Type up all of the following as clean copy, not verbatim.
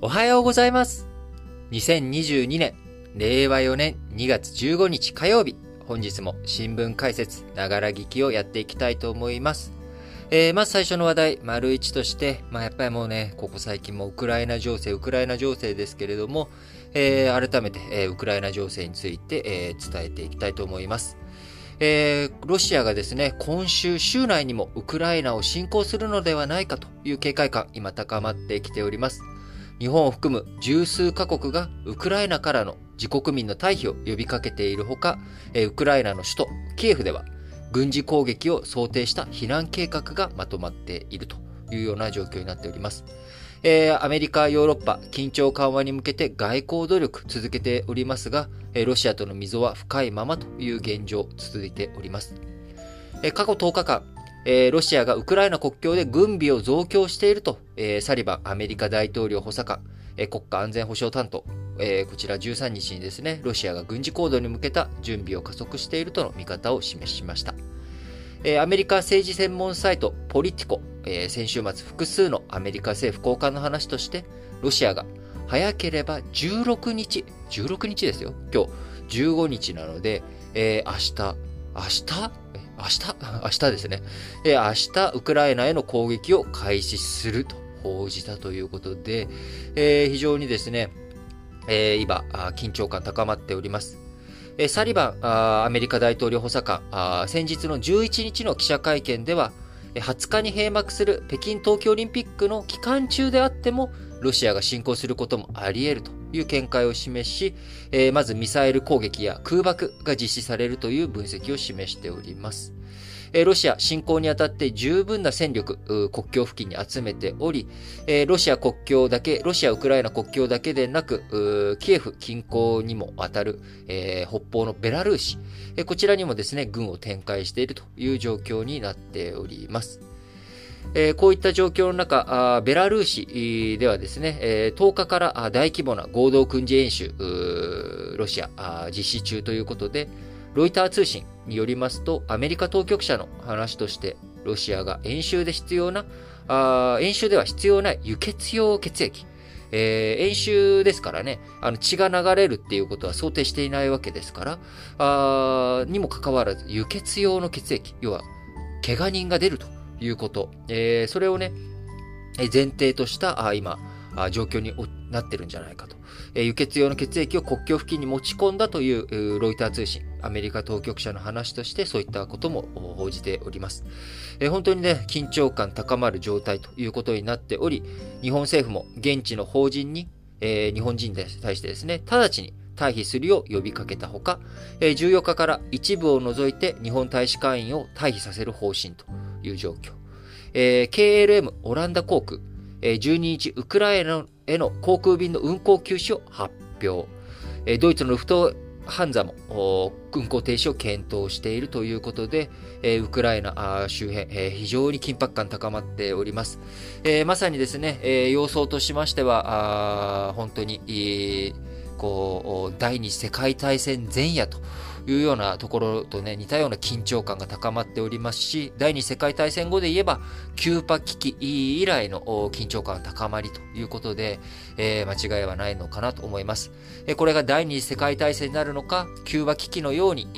おはようございます。2022年、令和4年2月15日火曜日、本日も新聞解説、ながら聞きをやっていきたいと思います。まず最初の話題、丸一として、やっぱりもうね、ここ最近もウクライナ情勢ですけれども、改めて、ウクライナ情勢について、伝えていきたいと思います。ロシアがですね、今週週内にもウクライナを侵攻するのではないかという警戒感、今高まってきております。日本を含む十数カ国がウクライナからの自国民の退避を呼びかけているほか、ウクライナの首都キエフでは軍事攻撃を想定した避難計画がまとまっているというような状況になっております。アメリカ、ヨーロッパ、緊張緩和に向けて外交努力続けておりますが、ロシアとの溝は深いままという現状続いております。過去10日間、ロシアがウクライナ国境で軍備を増強していると、サリバンアメリカ大統領補佐官、国家安全保障担当、こちら13日にですね、ロシアが軍事行動に向けた準備を加速しているとの見方を示しました。アメリカ政治専門サイトポリティコ、先週末複数のアメリカ政府高官の話として、ロシアが早ければ16日ですよ。今日15日なので、明日ですね。明日、ウクライナへの攻撃を開始すると報じたということで、非常にですね、今、緊張感高まっております。サリバンアメリカ大統領補佐官、先日の11日の記者会見では、20日に閉幕する北京冬季オリンピックの期間中であっても、ロシアが侵攻することもあり得るという見解を示し、まずミサイル攻撃や空爆が実施されるという分析を示しております。ロシア侵攻にあたって十分な戦力、国境付近に集めており、ロシアウクライナ国境だけでなく、キエフ近郊にも当たる、北方のベラルーシ、こちらにもですね、軍を展開しているという状況になっております。こういった状況の中、ベラルーシではですね、10日から大規模な合同軍事演習、ロシア実施中ということで、ロイター通信によりますと、アメリカ当局者の話として、ロシアが演習では必要ない輸血用血液、演習ですからね、血が流れるっていうことは想定していないわけですから、にもかかわらず、輸血用の血液、要は、怪我人が出るということ、それをね、前提とした今、状況になってるんじゃないかと。輸血用の血液を国境付近に持ち込んだというロイター通信、アメリカ当局者の話としてそういったことも報じております。本当にね、緊張感高まる状態ということになっており、日本政府も現地の邦人に、日本人に対してですね、直ちに退避するよう呼びかけたほか、14日から一部を除いて日本大使館員を退避させる方針という状況。KLM オランダ航空、12日ウクライナへの航空便の運航休止を発表。ドイツのルフトハンザも運航停止を検討しているということで、ウクライナ周辺、非常に緊迫感高まっております。まさにですね、様相としましては、本当に、第二次世界大戦前夜というようなところとね、似たような緊張感が高まっておりますし、第二次世界大戦後で言えば、キューバ危機以来の緊張感高まりということで、間違いはないのかなと思います。これが第二次世界大戦になるのか、キューバ危機のように、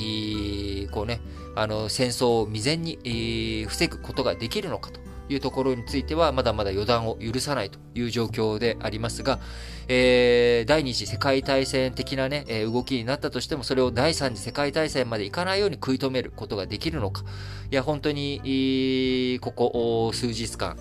戦争を未然に、防ぐことができるのかというところについては、まだまだ予断を許さないという状況でありますが、第二次世界大戦的なね、動きになったとしても、それを第三次世界大戦までいかないように食い止めることができるのか。いや、本当に、ここ数日間、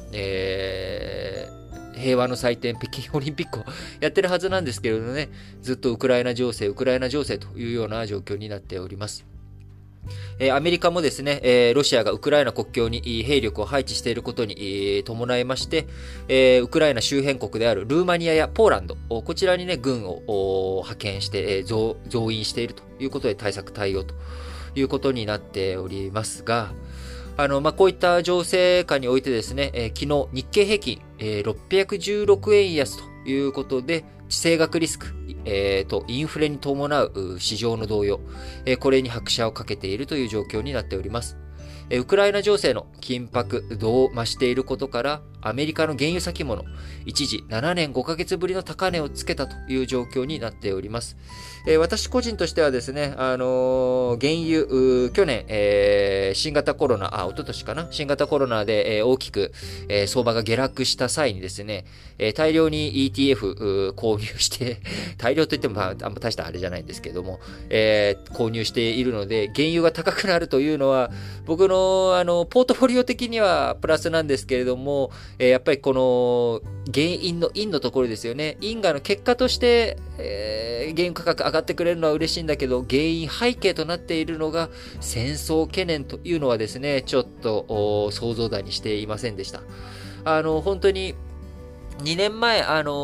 平和の祭典、北京オリンピックをやってるはずなんですけれどね、ずっとウクライナ情勢というような状況になっております。アメリカもですね、ロシアがウクライナ国境に兵力を配置していることに伴いまして、ウクライナ周辺国であるルーマニアやポーランド、こちらにね、軍を派遣して、増員しているということで対応ということになっておりますが、こういった情勢下においてですね、昨日日経平均、616円安ということで、地政学リスク、インフレに伴う市場の動揺、これに拍車をかけているという状況になっております。 ウクライナ情勢の緊迫度を増していることから、アメリカの原油先物、一時7年5ヶ月ぶりの高値をつけたという状況になっております。私個人としてはですね、原油、去年、新型コロナ、一昨年かな、新型コロナで、大きく、相場が下落した際にですね、大量に ETF 購入して、大量といっても、あんま大したあれじゃないんですけども、購入しているので、原油が高くなるというのは、僕の、ポートフォリオ的にはプラスなんですけれども、やっぱりこの原因の因のところですよね。因が結果として、原油価格上がってくれるのは嬉しいんだけど、原因背景となっているのが戦争懸念というのはですね、ちょっと想像だにしていませんでした。本当に2年前、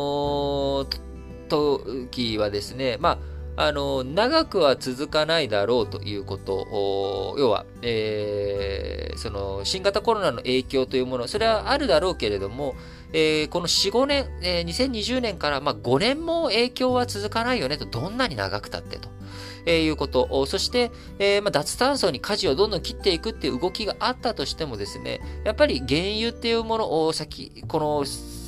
時はですね、長くは続かないだろうということ、要は、その、新型コロナの影響というもの、それはあるだろうけれども、この4、5年、2020年から5年も影響は続かないよねと、どんなに長くたってと。いうこと。そして、脱炭素に舵をどんどん切っていくっていう動きがあったとしてもですね、やっぱり原油っていうものをこの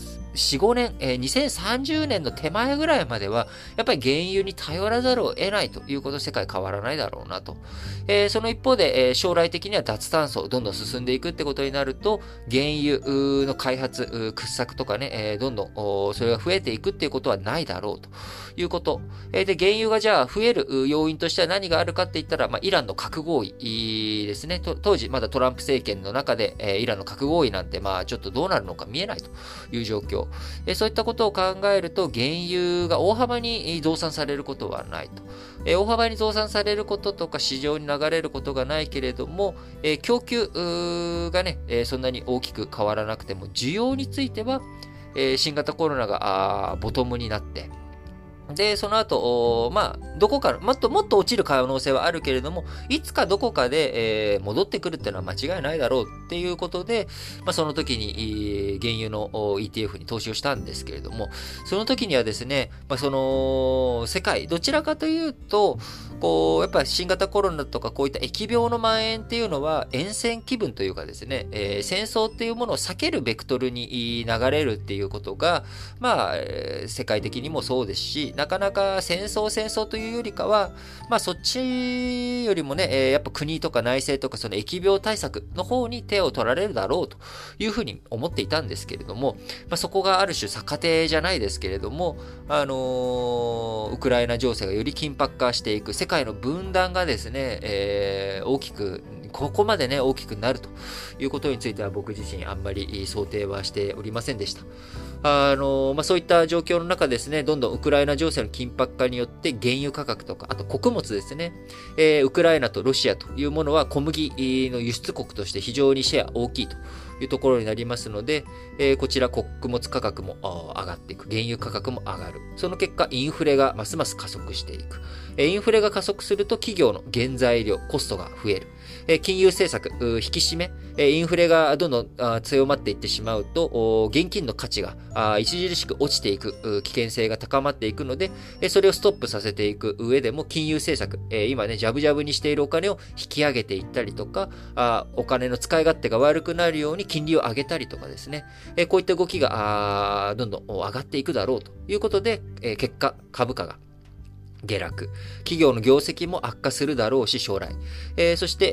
4、5年、2030年の手前ぐらいまでは、やっぱり原油に頼らざるを得ないということ、世界変わらないだろうなと。その一方で、将来的には脱炭素、どんどん進んでいくってことになると、原油の開発、掘削とかね、どんどん、それが増えていくっていうことはないだろうということ。で、原油がじゃあ増える要因としては何があるかって言ったら、イランの核合意ですね。当時、まだトランプ政権の中で、イランの核合意なんて、ちょっとどうなるのか見えないという状況。そういったことを考えると、原油が大幅に増産されることはないと。大幅に増産されることとか市場に流れることがないけれども、供給がね、そんなに大きく変わらなくても、需要については、新型コロナがボトムになって、で、その後、どこか、もっと落ちる可能性はあるけれども、いつかどこかで、戻ってくるっていうのは間違いないだろうっていうことで、その時に、原油の ETF に投資をしたんですけれども、その時にはですね、世界、どちらかというと、やっぱり新型コロナとかこういった疫病の蔓延っていうのは、厭戦気分というかですね、戦争っていうものを避けるベクトルに流れるっていうことが、世界的にもそうですし、なかなか戦争というよりかは、そっちよりもね、やっぱ国とか内政とかその疫病対策の方に手を取られるだろうというふうに思っていたんですけれども、そこがある種逆手じゃないですけれども、ウクライナ情勢がより緊迫化していく、世界の分断がですね、大きく、ここまでね、大きくなるということについては僕自身あんまり想定はしておりませんでした。そういった状況の中ですね、どんどんウクライナ情勢の緊迫化によって原油価格とか、あと穀物ですね、ウクライナとロシアというものは小麦の輸出国として非常にシェア大きいというところになりますので、こちら穀物価格も上がっていく、原油価格も上がる。その結果、インフレがますます加速していく。インフレが加速すると企業の原材料、コストが増える。金融政策、引き締め、インフレがどんどん強まっていってしまうと、現金の価値が著しく落ちていく危険性が高まっていくので、それをストップさせていく上でも金融政策、今ね、ジャブジャブにしているお金を引き上げていったりとか、お金の使い勝手が悪くなるように金利を上げたりとかですね、こういった動きがどんどん上がっていくだろうということで、結果、株価が下落。企業の業績も悪化するだろうし、将来。そして、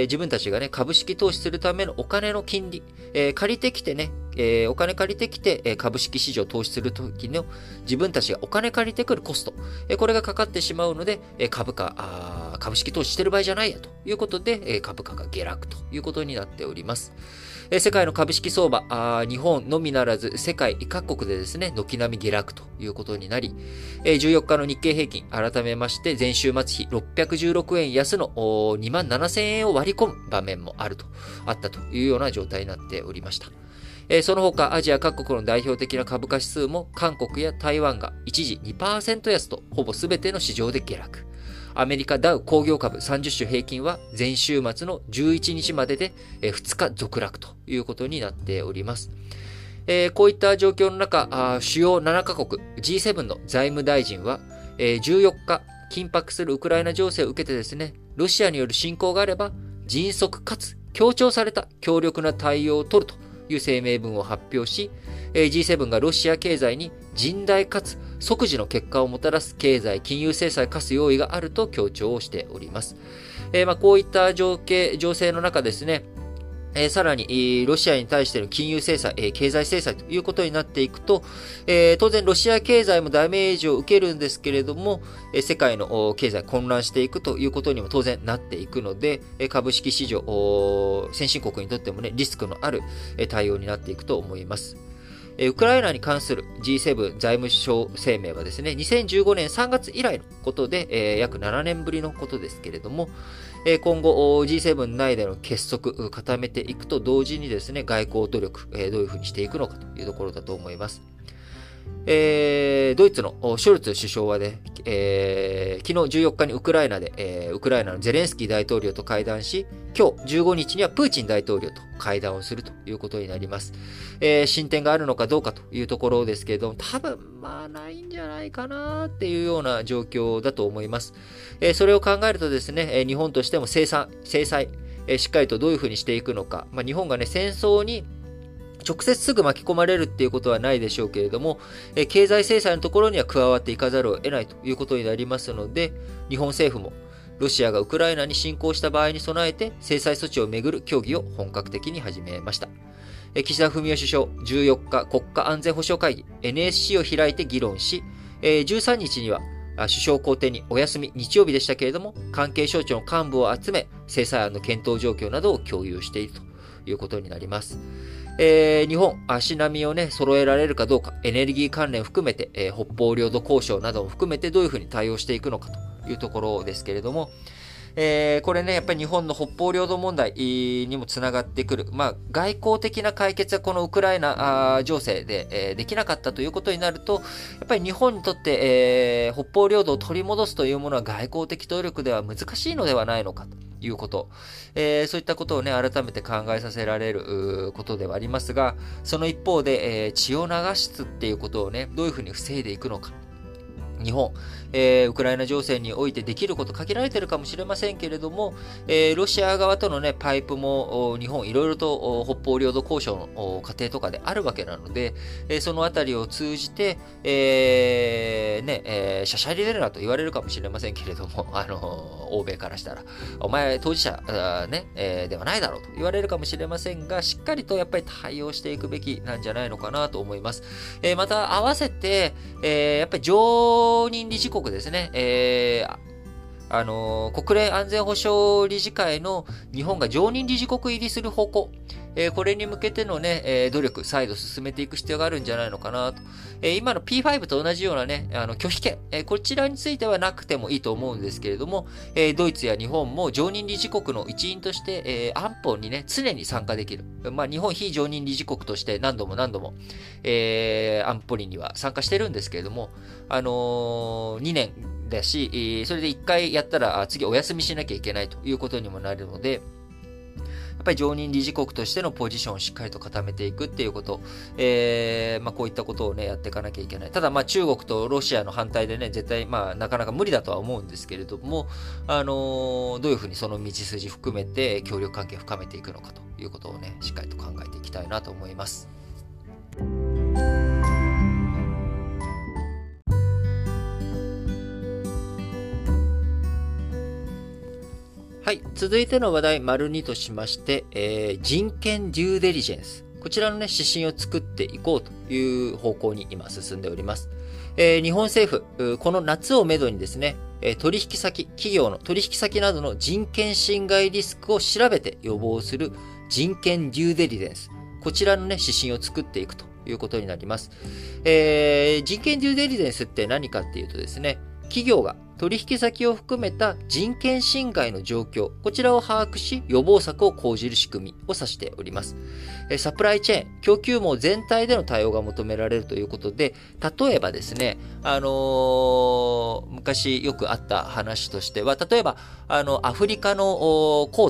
自分たちがね、株式投資するためのお金の金利、借りてきてね、お金借りてきて、株式市場投資するときの自分たちがお金借りてくるコスト、これがかかってしまうので、株式投資してる場合じゃないやということで、株価が下落ということになっております。世界の株式相場、日本のみならず世界各国でですね、軒並み下落ということになり、14日の日経平均、改めまして前週末比616円安の27,000円を割り込む場面もあったというような状態になっておりました。その他、アジア各国の代表的な株価指数も韓国や台湾が一時 2% 安とほぼ全ての市場で下落。アメリカダウ工業株30種平均は前週末の11日までで2日続落ということになっております。こういった状況の中、主要7カ国 G7 の財務大臣は14日、緊迫するウクライナ情勢を受けてですね、ロシアによる侵攻があれば迅速かつ強調された強力な対応を取るという声明文を発表し、G7 がロシア経済に甚大かつ即時の結果をもたらす経済金融制裁を科す用意があると強調をしております。こういった情勢の中ですね、さらに、ロシアに対しての金融制裁、経済制裁ということになっていくと、当然ロシア経済もダメージを受けるんですけれども、世界の経済混乱していくということにも当然なっていくので、株式市場、先進国にとってもね、リスクのある対応になっていくと思います。ウクライナに関する G7 財務相声明はですね、2015年3月以来のことで、約7年ぶりのことですけれども、今後 G7 内での結束、固めていくと同時にですね、外交努力、どういうふうにしていくのかというところだと思います。ドイツのショルツ首相はね、昨日14日にウクライナで、ウクライナのゼレンスキー大統領と会談し、今日15日にはプーチン大統領と会談をするということになります。進展があるのかどうかというところですけれども、多分ないんじゃないかなっていうような状況だと思います。それを考えるとですね、日本としても制裁、しっかりとどういうふうにしていくのか、日本がね、戦争に直接すぐ巻き込まれるっていうことはないでしょうけれども、経済制裁のところには加わっていかざるを得ないということになりますので、日本政府もロシアがウクライナに侵攻した場合に備えて制裁措置をめぐる協議を本格的に始めました。岸田文雄首相、14日国家安全保障会議 NSC を開いて議論し、13日には首相公邸にお休み、日曜日でしたけれども、関係省庁の幹部を集め、制裁案の検討状況などを共有しているということになります。日本、足並みをね、揃えられるかどうか、エネルギー関連含めて、北方領土交渉なども含めてどういうふうに対応していくのかというところですけれども、これね、やっぱり日本の北方領土問題にもつながってくる。外交的な解決はこのウクライナ情勢で、できなかったということになると、やっぱり日本にとって、北方領土を取り戻すというものは外交的努力では難しいのではないのかということ。そういったことをね、改めて考えさせられることではありますが、その一方で、血を流すっていうことをね、どういうふうに防いでいくのか。日本、ウクライナ情勢においてできること限られているかもしれませんけれども、ロシア側とのね、パイプも日本いろいろと北方領土交渉の過程とかであるわけなので、そのあたりを通じて、しゃしゃり出るなと言われるかもしれませんけれども、欧米からしたら、お前当事者ではないだろうと言われるかもしれませんが、しっかりとやっぱり対応していくべきなんじゃないのかなと思います。また合わせて、やっぱり常任理事国ですね。国連安全保障理事会の日本が常任理事国入りする方向、これに向けてのね、努力、再度進めていく必要があるんじゃないのかなと。今の P5 と同じようなね、拒否権、こちらについてはなくてもいいと思うんですけれども、ドイツや日本も常任理事国の一員として、安保にね、常に参加できる。日本非常任理事国として何度も、安保理には参加してるんですけれども、2年だし、それで1回やったら次お休みしなきゃいけないということにもなるので、やっぱり常任理事国としてのポジションをしっかりと固めていくっていうこと、こういったことをね、やっていかなきゃいけない。ただ、中国とロシアの反対でね、絶対、なかなか無理だとは思うんですけれども、どういうふうにその道筋含めて協力関係を深めていくのかということをね、しっかりと考えていきたいなと思います。はい。続いての話題、丸2としまして、人権デューデリジェンス。こちらのね、指針を作っていこうという方向に今進んでおります。日本政府、この夏をめどにですね、取引先、企業の取引先などの人権侵害リスクを調べて予防する人権デューデリジェンス。こちらのね、指針を作っていくということになります。人権デューデリジェンスって何かっていうとですね、企業が取引先を含めた人権侵害の状況、こちらを把握し予防策を講じる仕組みを指しております。サプライチェーン、供給網全体での対応が求められるということで、例えばですね、昔よくあった話としては、例えば、アフリカの鉱山、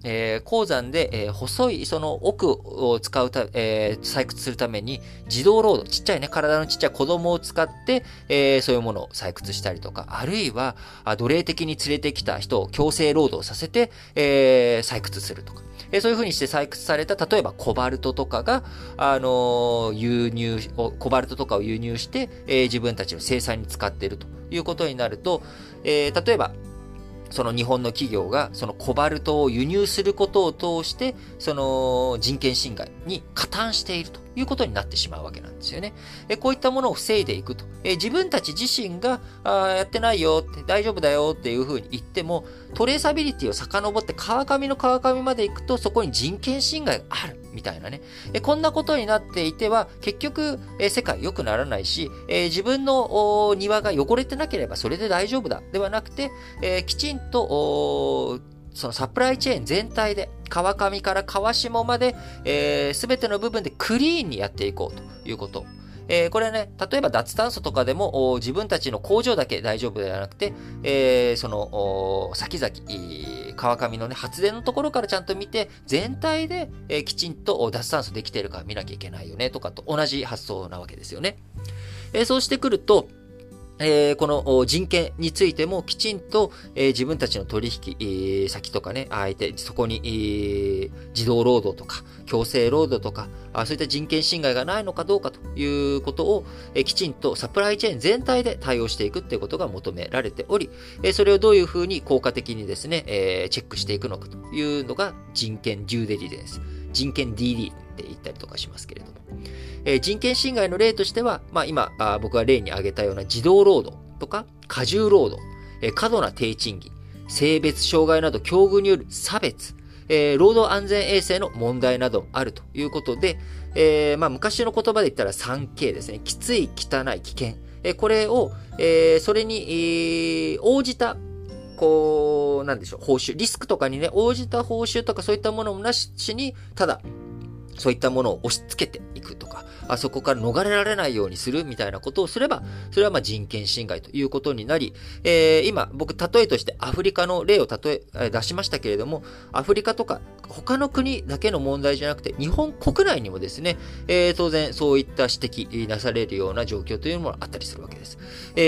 鉱山で、細いその奥を使う採掘するために自動労働、ちっちゃいね、体のちっちゃい子供を使って、そういうものを採掘したりとか、あるいは奴隷的に連れてきた人を強制労働させて、採掘するとか。そういう風にして採掘された、例えばコバルトとかが、コバルトとかを輸入して、自分たちの生産に使っているということになると、例えば、その日本の企業がそのコバルトを輸入することを通して、その人権侵害に加担しているということになってしまうわけなんですよね。こういったものを防いでいくと。自分たち自身がやってないよって、大丈夫だよっていうふうに言っても、トレーサビリティを遡って川上の川上まで行くと、そこに人権侵害があるみたいなね。こんなことになっていては、結局世界良くならないし、自分の庭が汚れてなければそれで大丈夫だではなくて、きちんとそのサプライチェーン全体で、川上から川下まで、すべての部分でクリーンにやっていこうということ。これね、例えば脱炭素とかでも自分たちの工場だけ大丈夫ではなくて、その先々、川上のね、発電のところからちゃんと見て、全体で、きちんと脱炭素できているか見なきゃいけないよねとかと同じ発想なわけですよね。そうしてくると、この人権についてもきちんと、自分たちの取引先とかね、相手、そこに、児童労働とか、強制労働とか、そういった人権侵害がないのかどうかということを、きちんとサプライチェーン全体で対応していくっていうことが求められており、それをどういうふうに効果的にですね、チェックしていくのかというのが人権デューデリジェンス、人権 DD って言ったりとかしますけれども。人権侵害の例としては、今、僕が例に挙げたような児童労働とか、過重労働、過度な低賃金、性別障害など境遇による差別、労働安全衛生の問題などあるということで、昔の言葉で言ったら 3K ですね。きつい、汚い、危険。これを、それに、応じた、なんでしょう、報酬、リスクとかにね、応じた報酬とかそういったものもなしに、ただ、そういったものを押し付けていくとか、そこから逃れられないようにするみたいなことをすれば、それは人権侵害ということになり、今、僕、例えとしてアフリカの例を出しましたけれども、アフリカとか他の国だけの問題じゃなくて、日本国内にもですね、当然そういった指摘なされるような状況というのもあったりするわけです。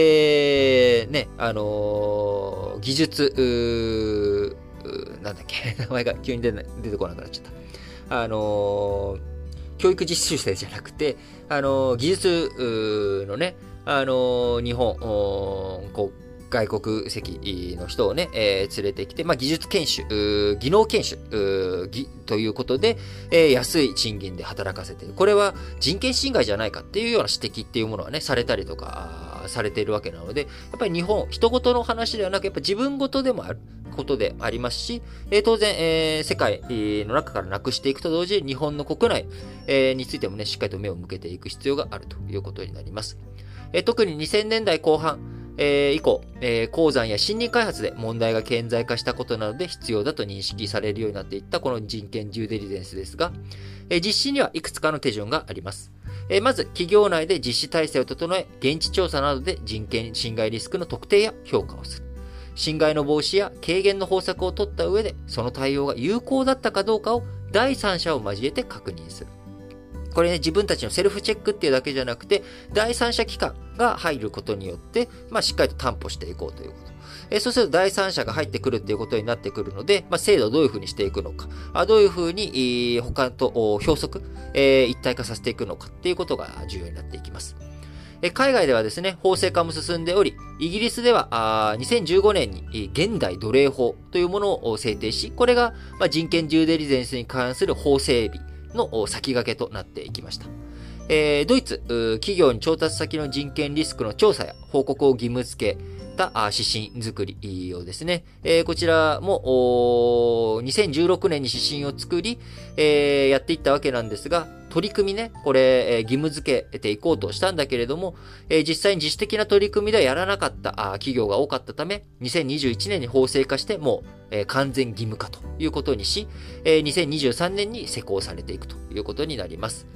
技術、なんだっけ、名前が急に出てこなくなっちゃった。教育実習生じゃなくて、技術のね、日本、外国籍の人をね、連れてきて、技術研修、技能研修、ということで、安い賃金で働かせている。これは人権侵害じゃないかっていうような指摘っていうものはね、されたりとか、されているわけなので、やっぱり日本、人事の話ではなく、やっぱ自分事でもあることでありますし、当然、世界の中からなくしていくと同時に、日本の国内、についてもね、しっかりと目を向けていく必要があるということになります。特に2000年代後半、以降、鉱山や森林開発で問題が顕在化したことなどで必要だと認識されるようになっていったこの人権デューデリジェンスですが、実施にはいくつかの手順があります。まず、企業内で実施体制を整え、現地調査などで人権侵害リスクの特定や評価をする。侵害の防止や軽減の方策を取った上で、その対応が有効だったかどうかを第三者を交えて確認する。これね、自分たちのセルフチェックっていうだけじゃなくて、第三者機関が入ることによって、しっかりと担保していこうということ。そうすると第三者が入ってくるっていうことになってくるので、制度をどういうふうにしていくのか、どういうふうに、他と標則、一体化させていくのかっていうことが重要になっていきます。海外ではですね、法制化も進んでおり、イギリスでは2015年に現代奴隷法というものを制定し、これが人権デューデリジェンスに関する法整備の先駆けとなっていきました。ドイツ、企業に調達先の人権リスクの調査や報告を義務付けた指針作りをですね、こちらも2016年に指針を作り、やっていったわけなんですが、取り組みね、これ、義務付けていこうとしたんだけれども、実際に自主的な取り組みではやらなかった企業が多かったため、2021年に法制化してもう完全義務化ということにし、2023年に施行されていくということになります。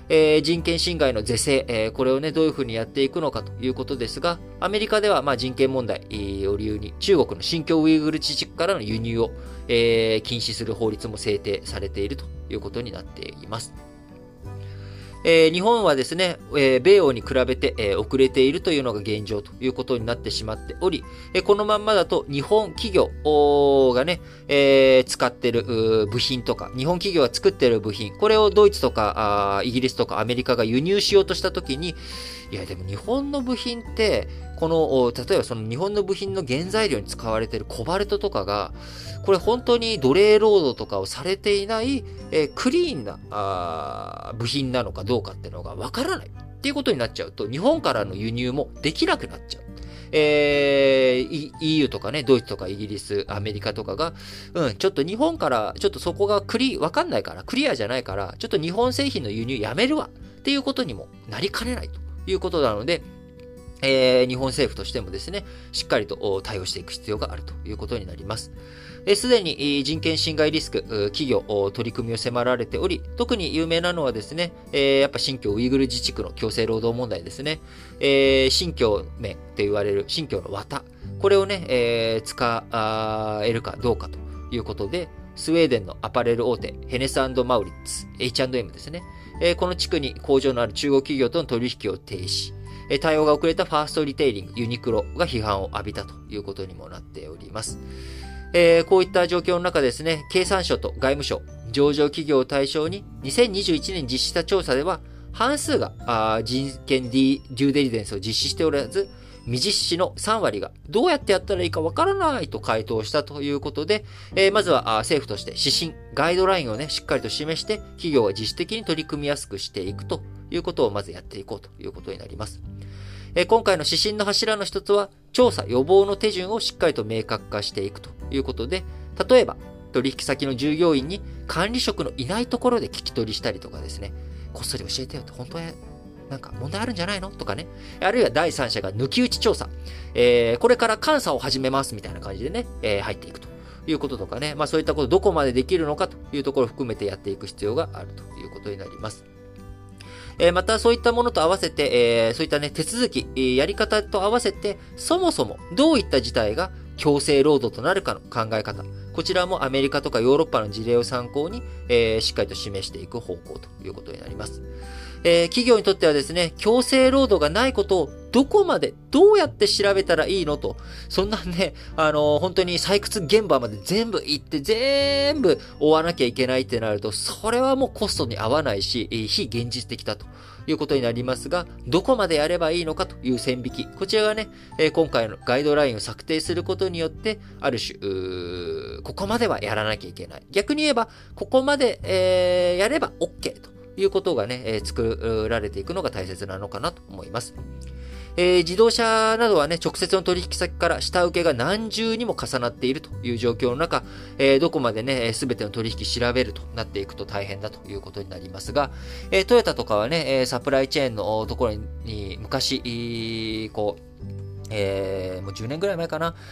人権侵害の是正、これをね、どういうふうにやっていくのかということですが、アメリカでは人権問題を理由に中国の新疆ウイグル自治区からの輸入を、禁止する法律も制定されているということになっています。日本はですね、米欧に比べて、遅れているというのが現状ということになってしまっており、このまんまだと日本企業がね、使っている部品とか、日本企業が作っている部品、これをドイツとかイギリスとかアメリカが輸入しようとしたときに、いやでも日本の部品って、例えばその日本の部品の原材料に使われているコバルトとかが、これ本当に奴隷労働とかをされていない、クリーンな部品なのかどうかっていうのがわからないっていうことになっちゃうと、日本からの輸入もできなくなっちゃう。EU とかね、ドイツとかイギリス、アメリカとかが、ちょっと日本から、ちょっとそこがわかんないから、クリアじゃないから、ちょっと日本製品の輸入やめるわっていうことにもなりかねないということなので、日本政府としてもですね、しっかりと対応していく必要があるということになります。すでに人権侵害リスク、企業、取り組みを迫られており、特に有名なのはですね、やっぱ新疆ウイグル自治区の強制労働問題ですね。新疆綿と言われる新疆の綿、これをね、使えるかどうかということで、スウェーデンのアパレル大手、ヘネス&マウリッツ、H&M ですね。この地区に工場のある中国企業との取引を停止。対応が遅れたファーストリテイリング、ユニクロが批判を浴びたということにもなっております。こういった状況の中ですね、経産省と外務省、上場企業を対象に2021年実施した調査では、半数が人権デューデリデンスを実施しておらず、未実施の3割がどうやってやったらいいかわからないと回答したということで、まずは政府として指針、ガイドラインをね、しっかりと示して、企業が自主的に取り組みやすくしていくということをまずやっていこうということになります。今回の指針の柱の一つは、調査予防の手順をしっかりと明確化していくということで、例えば、取引先の従業員に管理職のいないところで聞き取りしたりとかですね、こっそり教えてよって本当はなんか問題あるんじゃないのとかね、あるいは第三者が抜き打ち調査、これから監査を始めますみたいな感じでね、入っていくということとかね、そういったことどこまでできるのかというところを含めてやっていく必要があるということになります。またそういったものと合わせて、そういったね、手続き、やり方と合わせて、そもそもどういった事態が強制労働となるかの考え方。こちらもアメリカとかヨーロッパの事例を参考に、しっかりと示していく方向ということになります。企業にとってはですね、強制労働がないことをどこまでどうやって調べたらいいのと、そんなね、本当に採掘現場まで全部行って全部追わなきゃいけないってなると、それはもうコストに合わないし、非現実的だということになりますが、どこまでやればいいのかという線引き。こちらがね、今回のガイドラインを策定することによって、ある種、ここまではやらなきゃいけない。逆に言えば、ここまで、やれば OK ということがね、作られていくのが大切なのかなと思います。自動車などはね、直接の取引先から下請けが何重にも重なっているという状況の中、どこまでね、すべての取引調べるとなっていくと大変だということになりますが、トヨタとかはね、サプライチェーンのところに昔、もう10年ぐらい前かな、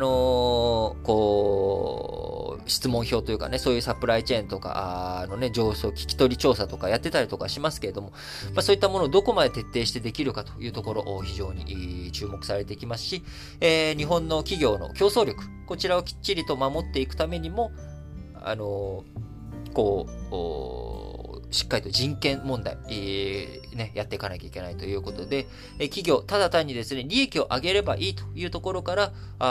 質問票というかね、そういうサプライチェーンとかのね、上層聞き取り調査とかやってたりとかしますけれども、そういったものをどこまで徹底してできるかというところを非常に注目されていきますし、日本の企業の競争力、こちらをきっちりと守っていくためにも、しっかりと人権問題、やっていかなきゃいけないということで、企業、ただ単にですね、利益を上げればいいというところから、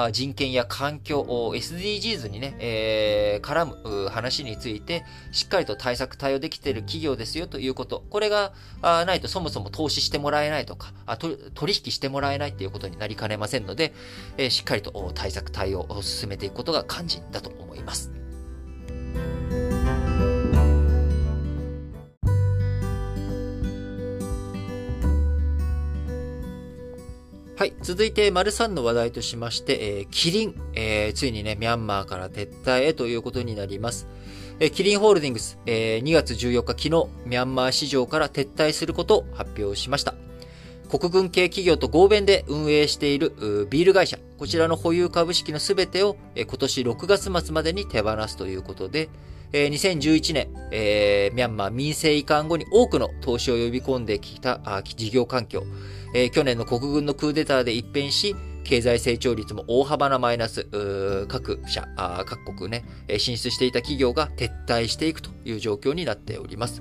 人権や環境、SDGs にね、絡む話について、しっかりと対応できている企業ですよということ。これがないとそもそも投資してもらえないとか、取引してもらえないということになりかねませんので、しっかりと対応を進めていくことが肝心だと思います。はい。続いて、丸3の話題としまして、キリン、ついにね、ミャンマーから撤退へということになります。キリンホールディングス、2月14日昨日、ミャンマー市場から撤退することを発表しました。国軍系企業と合弁で運営しているビール会社、こちらの保有株式のすべてを今年6月末までに手放すということで、 2011年、ミャンマー民政移管後に多くの投資を呼び込んできた事業環境、去年の国軍のクーデターで一変し、経済成長率も大幅なマイナス、各国ね、進出していた企業が撤退していくという状況になっております。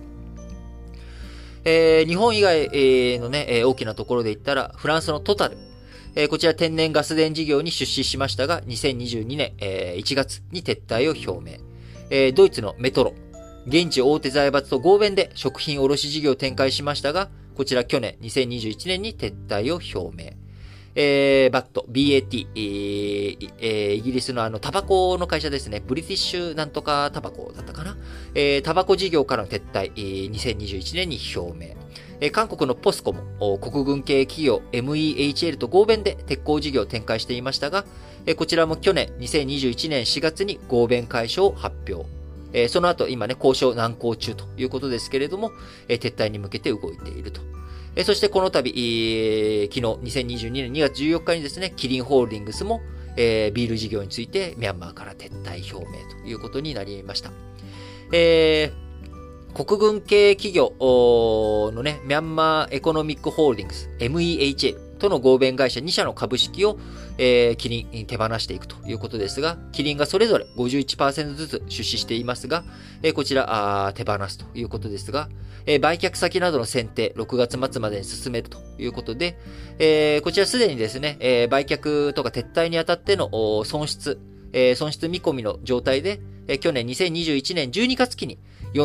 日本以外のね、大きなところで言ったら、フランスのトタル。こちら天然ガス田事業に出資しましたが、2022年、1月に撤退を表明。ドイツのメトロ。現地大手財閥と合弁で食品卸事業を展開しましたが、こちら去年2021年に撤退を表明。BAT、イギリスのタバコの会社ですね。ブリティッシュなんとかタバコだったかな。タバコ事業からの撤退、2021年に表明。韓国のポスコも国軍系企業 MEHL と合弁で鉄鋼事業を展開していましたが、こちらも去年2021年4月に合弁解消を発表。その後今ね、交渉難航中ということですけれども、撤退に向けて動いていると。そしてこの度、昨日2022年2月14日にですね、キリンホールディングスも、ビール事業についてミャンマーから撤退表明ということになりました。国軍系企業のね、ミャンマーエコノミックホールディングス MEHL との合弁会社2社の株式を、キリンに手放していくということですが、キリンがそれぞれ 51% ずつ出資していますが、こちら手放すということですが、売却先などの選定、6月末までに進めるということで、こちらすでにですね、売却とか撤退にあたっての損失見込みの状態で、去年2021年12月期に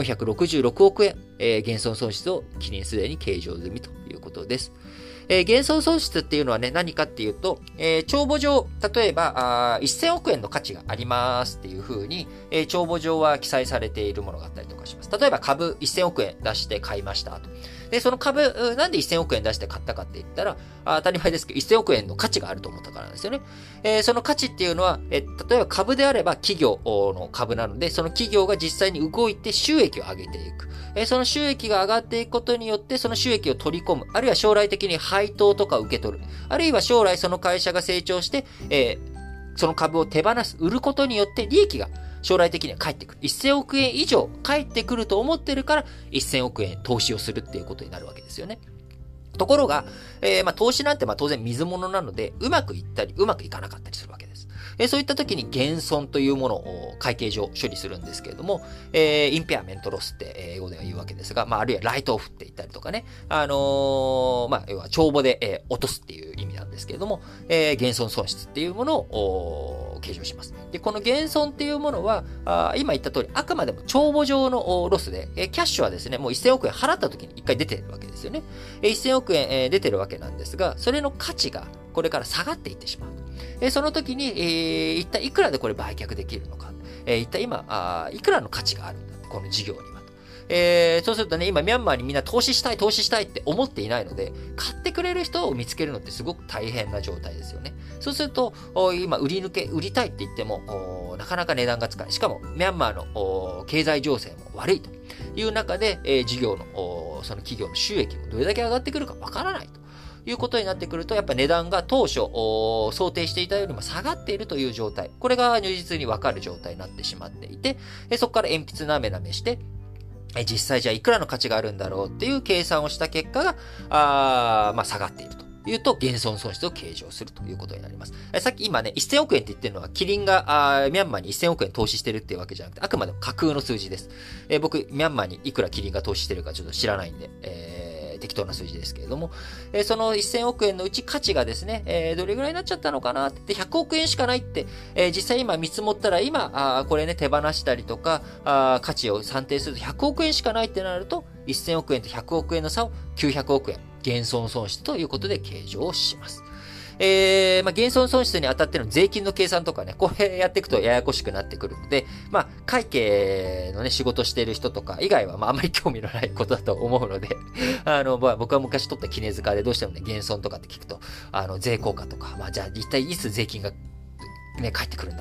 466億円、減損損失をキリンすでに計上済みということです。減損損失っていうのはね、何かっていうと、帳簿上、例えば1000億円の価値がありますっていう風に、帳簿上は記載されているものがあったりとかします。例えば株1000億円出して買いましたと。で、その株、なんで1000億円出して買ったかって言ったら、当たり前ですけど、1000億円の価値があると思ったからなんですよね。その価値っていうのは、例えば株であれば企業の株なので、その企業が実際に動いて収益を上げていく。その収益が上がっていくことによって、その収益を取り込む。あるいは将来的に配当とか受け取る。あるいは将来その会社が成長して、その株を手放す、売ることによって利益が将来的には返ってくる。1000億円以上返ってくると思ってるから、1000億円投資をするっていうことになるわけですよね。ところが、投資なんて当然水物なので、うまくいったり、うまくいかなかったりするわけです。そういった時に減損というものを会計上処理するんですけれども、インペアメントロスって英語では言うわけですが、あるいはライトオフって言ったりとかね、要は帳簿で、落とすっていう意味なんですけれども、減損損失っていうものを計上します。で、この減損っていうものは、今言った通り、あくまでも帳簿上のロスで、キャッシュはですね、もう1000億円払った時に一回出てるわけですよね。1000億円、出てるわけなんですが、それの価値がこれから下がっていってしまう。その時に、一体いくらでこれ売却できるのか。一体今、いくらの価値があるんだって、この事業にはと。そうするとね、今ミャンマーにみんな投資したいって思っていないので、買ってくれる人を見つけるのってすごく大変な状態ですよね。そうすると、今売りたいって言っても、なかなか値段がつかない。しかも、ミャンマーの経済情勢も悪いという中で、事業の、その企業の収益もどれだけ上がってくるかわからないと。いうことになってくると、やっぱ値段が当初想定していたよりも下がっているという状態。これが如実にわかる状態になってしまっていて、そこから鉛筆なめなめして、実際じゃあいくらの価値があるんだろうっていう計算をした結果が、下がっているというと、減損損失を計上するということになります。さっき今ね、1000億円って言ってるのは、キリンがミャンマーに1000億円投資してるっていうわけじゃなくて、あくまでも架空の数字です。僕、ミャンマーにいくらキリンが投資してるかちょっと知らないんで、適当な数字ですけれども、その1000億円のうち価値がですね、どれぐらいになっちゃったのかなって、100億円しかないって、実際今見積もったら今、これね、手放したりとか、価値を算定すると100億円しかないってなると、1000億円と100億円の差を900億円、減損損失ということで計上します。減損損失にあたっての税金の計算とかね、これやっていくとややこしくなってくるので、会計のね、仕事している人とか以外は、あんまり興味のないことだと思うので、僕は昔取った絹塚でどうしてもね、減損とかって聞くと、税効果とか、じゃあ一体いつ税金がね、返ってくるんだとか、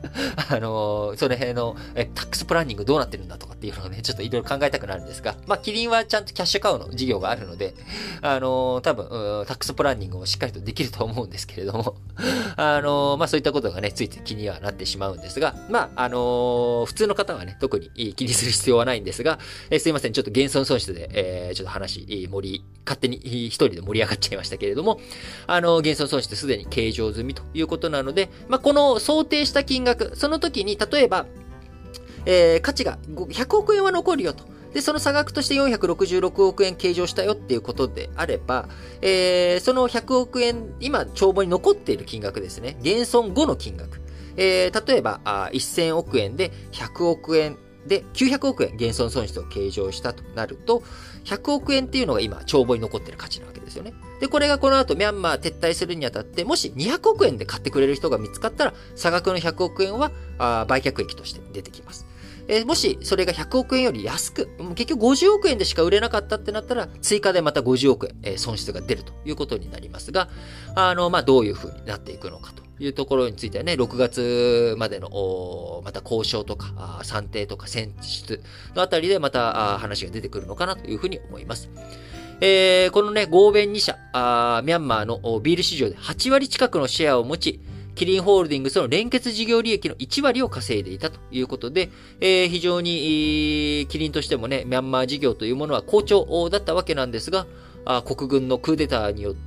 その辺の、タックスプランニングどうなってるんだとかっていうのをね、ちょっといろいろ考えたくなるんですが、まあ、キリンはちゃんとキャッシュカウの事業があるので、多分、タックスプランニングをしっかりとできると思うんですけれども、まあ、そういったことがね、ついつい気にはなってしまうんですが、まあ、普通の方はね、特に気にする必要はないんですが、すいません、ちょっと減損損失で、ちょっと勝手に一人で盛り上がっちゃいましたけれども、減損損失すでに計上済みということなので、まあ、この想定した金額、その時に、例えば、価値が100億円は残るよと。で、その差額として466億円計上したよっていうことであれば、その100億円、今、帳簿に残っている金額ですね。減損後の金額。例えば、1000億円で100億円で900億円減損損失を計上したとなると、100億円っていうのが今、帳簿に残っている価値なわけですよね。で、これがこの後ミャンマー撤退するにあたって、もし200億円で買ってくれる人が見つかったら、差額の100億円は売却益として出てきます。もしそれが100億円より安く、結局50億円でしか売れなかったってなったら、追加でまた50億円、損失が出るということになりますが、まあ、どういう風になっていくのかというところについてはね、6月までの、また交渉とか、算定とか選出のあたりでまた話が出てくるのかなというふうに思います。このね、合弁2社、ミャンマーのビール市場で8割近くのシェアを持ち、キリンホールディングスの連結事業利益の1割を稼いでいたということで、非常に、キリンとしてもね、ミャンマー事業というものは好調だったわけなんですが、国軍のクーデターによって、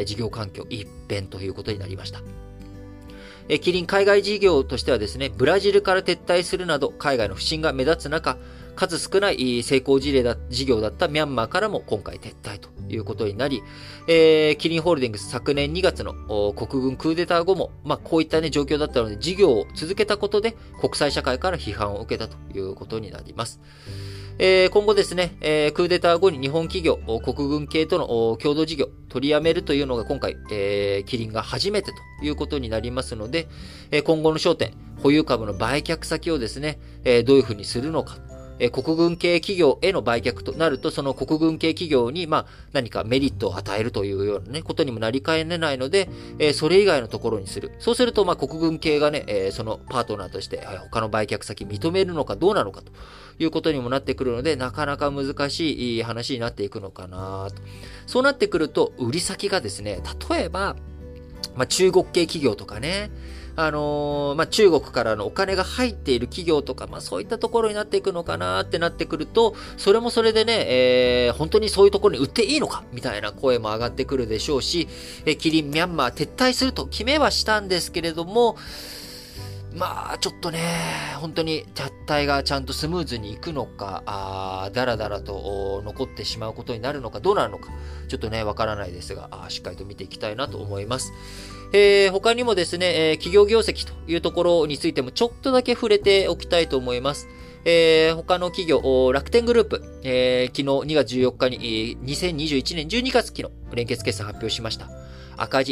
事業環境一変ということになりました。キリン海外事業としてはですね、ブラジルから撤退するなど海外の不振が目立つ中、数少ない成功事業だったミャンマーからも今回撤退ということになり、キリンホールディングス昨年2月の国軍クーデター後も、まあこういったね状況だったので事業を続けたことで国際社会から批判を受けたということになります。今後ですね、クーデター後に日本企業、国軍系との共同事業取りやめるというのが今回、キリンが初めてということになりますので、今後の焦点、保有株の売却先をですね、どういうふうにするのか。国軍系企業への売却となると、その国軍系企業に、まあ、何かメリットを与えるというようなね、ことにもなりかねないので、それ以外のところにする。そうすると、まあ、国軍系がね、そのパートナーとして、他の売却先認めるのかどうなのかということにもなってくるので、なかなか難しい話になっていくのかなと。そうなってくると、売り先がですね、例えば、まあ、中国系企業とかね、まあ、中国からのお金が入っている企業とか、まあ、そういったところになっていくのかなってなってくると、それもそれでね、本当にそういうところに売っていいのかみたいな声も上がってくるでしょうし、キリンミャンマー撤退すると決めはしたんですけれども、まあ、ちょっとね、本当に脱退がちゃんとスムーズにいくのか、だらだらと残ってしまうことになるのか、どうなるのか、ちょっとね、わからないですが、しっかりと見ていきたいなと思います。他にもですね、企業業績というところについてもちょっとだけ触れておきたいと思います。他の企業、楽天グループ、昨日2月14日に、2021年12月期の連結決算発表しました。赤字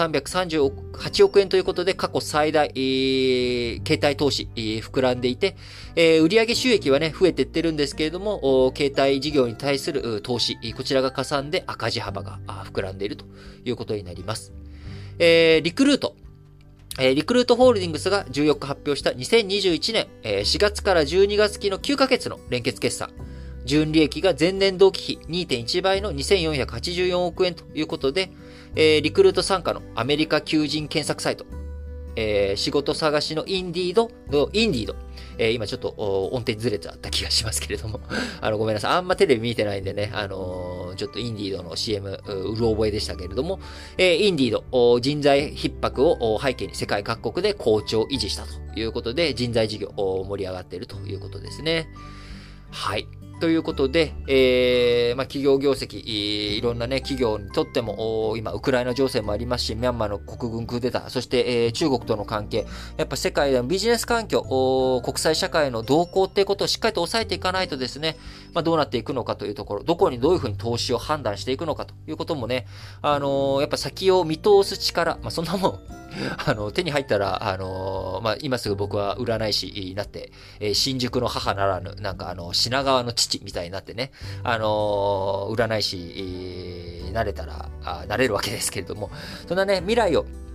1338億円ということで過去最大、携帯投資、膨らんでいて、売上収益はね、増えていってるんですけれども、携帯事業に対する投資、こちらがかさんで赤字幅が膨らんでいるということになります。リクルートホールディングスが14日発表した2021年4月から12月期の9ヶ月の連結決算。純利益が前年同期比 2.1 倍の2484億円ということで、リクルート傘下のアメリカ求人検索サイト、仕事探しのインディード、今ちょっと音程ずれちゃった気がしますけれどもごめんなさい。あんまテレビ見てないんでね、ちょっとインディードの CM、うる覚えでしたけれども、インディード、人材逼迫を背景に世界各国で好調を維持したということで、人材事業盛り上がっているということですね。はい。ということで、まあ、企業業績、いろんなね、企業にとっても、今、ウクライナ情勢もありますし、ミャンマーの国軍クーデター、そして、中国との関係、やっぱ世界でのビジネス環境、国際社会の動向っていうことをしっかりと抑えていかないとですね、まあ、どうなっていくのかというところ、どこにどういうふうに投資を判断していくのかということもね、やっぱ先を見通す力、まあ、そんなもん、手に入ったら、まあ、今すぐ僕は占い師になって、新宿の母ならぬ、なんか品川の父みたいになってね、占い師になれたら、なれるわけですけれども、そんなね、未来を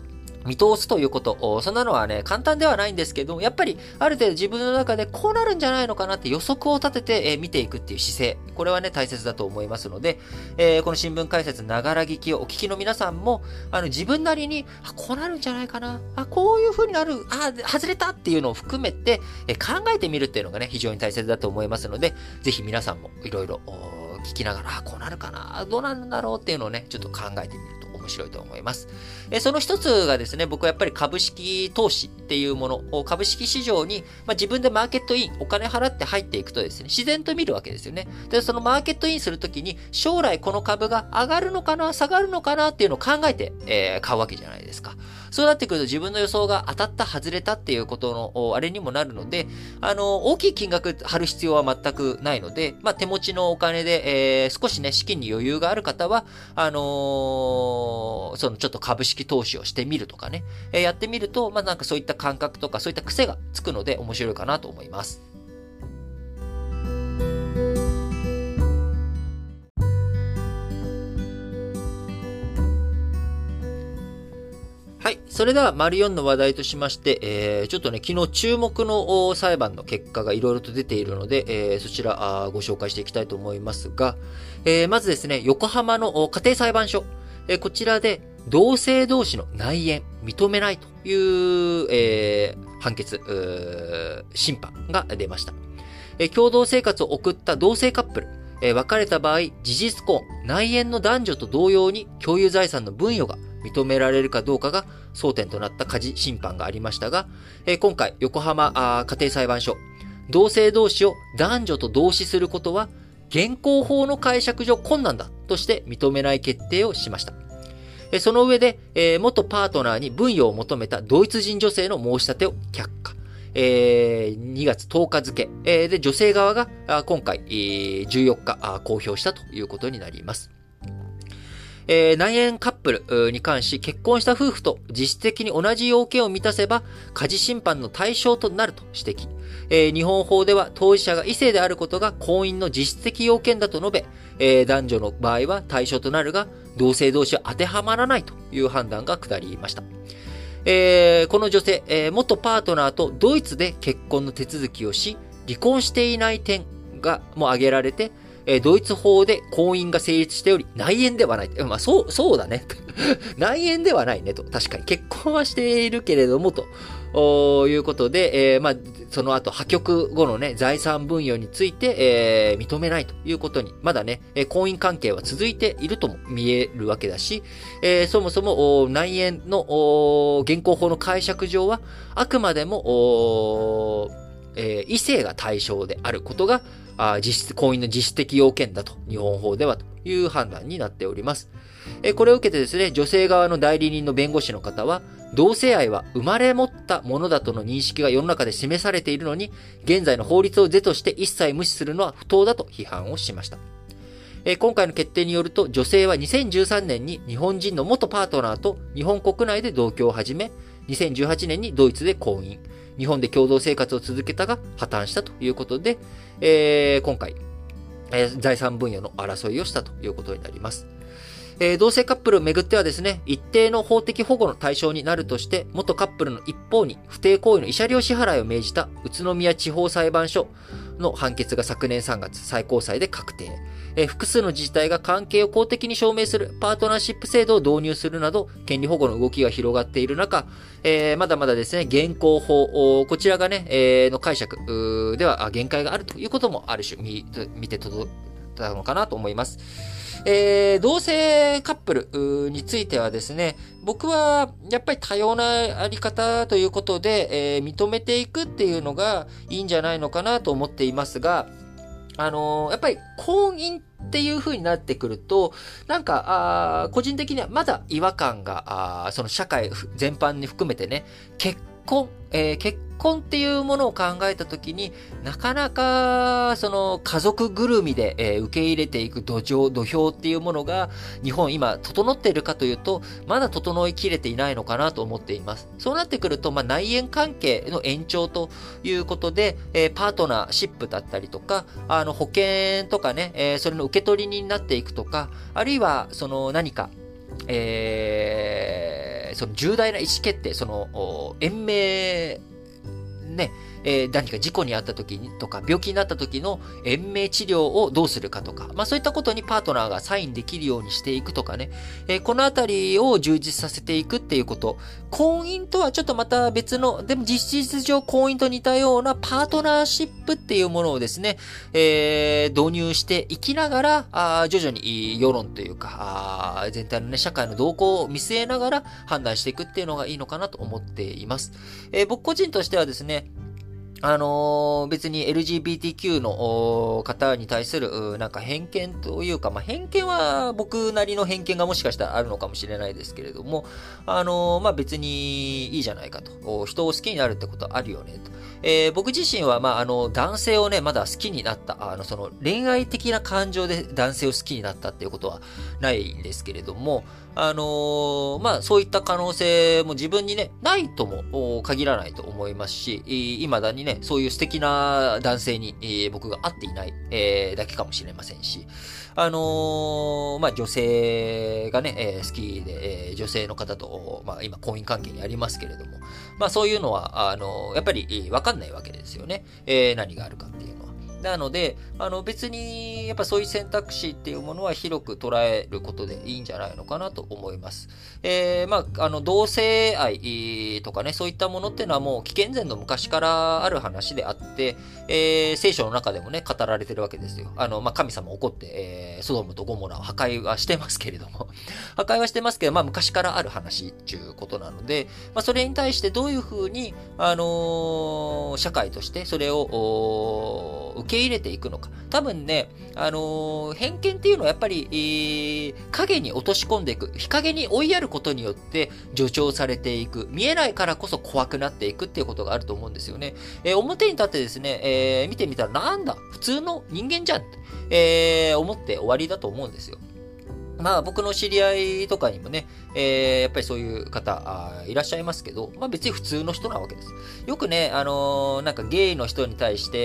見通すということ、そんなのはね、簡単ではないんですけど、やっぱりある程度自分の中でこうなるんじゃないのかなって予測を立てて、見ていくっていう姿勢、これはね、大切だと思いますので、この新聞解説ながら聞きをお聞きの皆さんも、自分なりに、こうなるんじゃないかな、こういう風になる、外れたっていうのを含めて、考えてみるっていうのがね、非常に大切だと思いますので、ぜひ皆さんもいろいろ聞きながら、こうなるかな、どうなんだろうっていうのをね、ちょっと考えてみると面白いと思います。その一つがですね、僕はやっぱり株式投資っていうもの、株式市場に、自分でマーケットイン、お金払って入っていくとですね、自然と見るわけですよね。で、そのマーケットインするときに、将来この株が上がるのかな、下がるのかなっていうのを考えて、買うわけじゃないですか。そうなってくると自分の予想が当たった、外れたっていうことの、あれにもなるので、大きい金額貼る必要は全くないので、手持ちのお金で、少しね、資金に余裕がある方は、そのちょっと株式投資をしてみるとかね、やってみると、なんかそういった感覚とかそういった癖がつくので面白いかなと思います。はい。それでは、丸4の話題としまして、ちょっとね、昨日注目の裁判の結果がいろいろと出ているので、そちらご紹介していきたいと思いますが、まずですね、横浜の家庭裁判所、こちらで同性同士の内縁認めないという、判決、審判が出ました。共同生活を送った同性カップル、別れた場合、事実婚、内縁の男女と同様に共有財産の分与が認められるかどうかが争点となった家事審判がありましたが、今回、横浜家庭裁判所、同性同士を男女と同視することは、現行法の解釈上困難だとして認めない決定をしました。その上で、元パートナーに分与を求めたドイツ人女性の申し立てを却下。2月10日付、で、女性側が今回、14日公表したということになります。内縁カップルに関し結婚した夫婦と実質的に同じ要件を満たせば家事審判の対象となると指摘。日本法では当事者が異性であることが婚姻の実質的要件だと述べ、男女の場合は対象となるが同性同士は当てはまらないという判断が下りました。この女性、元パートナーとドイツで結婚の手続きをし、離婚していない点がも挙げられて、ドイツ法で婚姻が成立しており、内縁ではない。そうだね。内縁ではないねと。確かに結婚はしているけれども、ということで、その後、破局後のね、財産分与について、認めないということに、まだね、婚姻関係は続いているとも見えるわけだし、そもそも内縁の現行法の解釈上は、あくまでも、異性が対象であることが、婚姻の実質的要件だと、日本法ではという判断になっております。これを受けてですね、女性側の代理人の弁護士の方は、同性愛は生まれ持ったものだとの認識が世の中で示されているのに、現在の法律を是として一切無視するのは不当だと批判をしました。今回の決定によると、女性は2013年に日本人の元パートナーと日本国内で同居を始め、2018年にドイツで婚姻、日本で共同生活を続けたが破綻したということで、今回、財産分与の争いをしたということになります。同性カップルをめぐってはですね、一定の法的保護の対象になるとして、元カップルの一方に不貞行為の慰謝料支払いを命じた宇都宮地方裁判所の判決が昨年3月最高裁で確定。複数の自治体が関係を公的に証明するパートナーシップ制度を導入するなど、権利保護の動きが広がっている中、まだまだですね、現行法、こちらがね、の解釈では限界があるということもある種見て届いたのかなと思います。同性カップルについてはですね、僕はやっぱり多様なあり方ということで、認めていくっていうのがいいんじゃないのかなと思っていますが、やっぱり婚姻っていう風になってくると、なんか、個人的にはまだ違和感が、その社会全般に含めてね、結婚っていうものを考えたときになかなかその家族ぐるみで、受け入れていく土俵っていうものが日本今整っているかというとまだ整いきれていないのかなと思っています。そうなってくると、内縁関係の延長ということで、パートナーシップだったりとか保険とかね、それの受け取りになっていくとか、あるいはその何かその重大な意思決定、その、延命、ね、何か事故にあった時にとか、病気になった時の延命治療をどうするかとか、そういったことにパートナーがサインできるようにしていくとかね、このあたりを充実させていくっていうこと、婚姻とはちょっとまた別の、でも実質上婚姻と似たようなパートナーシップっていうものをですね、導入していきながら、徐々に世論というか、全体のね、社会の動向を見据えながら判断していくっていうのがいいのかなと思っています。僕個人としてはですね、別に LGBTQ の方に対するなんか偏見というか、偏見は僕なりの偏見がもしかしたらあるのかもしれないですけれども、別にいいじゃないかと。人を好きになるってことはあるよねと。僕自身は男性をね、まだ好きになった、その恋愛的な感情で男性を好きになったっていうことはないんですけれども、そういった可能性も自分にね、ないとも限らないと思いますし、未だにね、そういう素敵な男性に、僕が会っていない、だけかもしれませんし、女性がね、好きで、女性の方と、今婚姻関係にありますけれども、そういうのは、やっぱりわかんないわけですよね。何があるかっていうのは。なので、別に、やっぱそういう選択肢っていうものは広く捉えることでいいんじゃないのかなと思います。同性愛とかね、そういったものっていうのはもう紀元前の昔からある話であって、聖書の中でもね、語られてるわけですよ。神様怒って、ソドムとゴモラを破壊はしてますけれども、破壊はしてますけど、昔からある話っていうことなので、それに対してどういうふうに、社会としてそれを受け入れていくのか。多分ね、偏見っていうのはやっぱり、影に落とし込んでいく。日陰に追いやることによって助長されていく。見えないからこそ怖くなっていくっていうことがあると思うんですよね。表に立ってですね、見てみたらなんだ普通の人間じゃんって、思って終わりだと思うんですよ。僕の知り合いとかにもね、やっぱりそういう方いらっしゃいますけど、別に普通の人なわけです。よくね、なんかゲイの人に対して、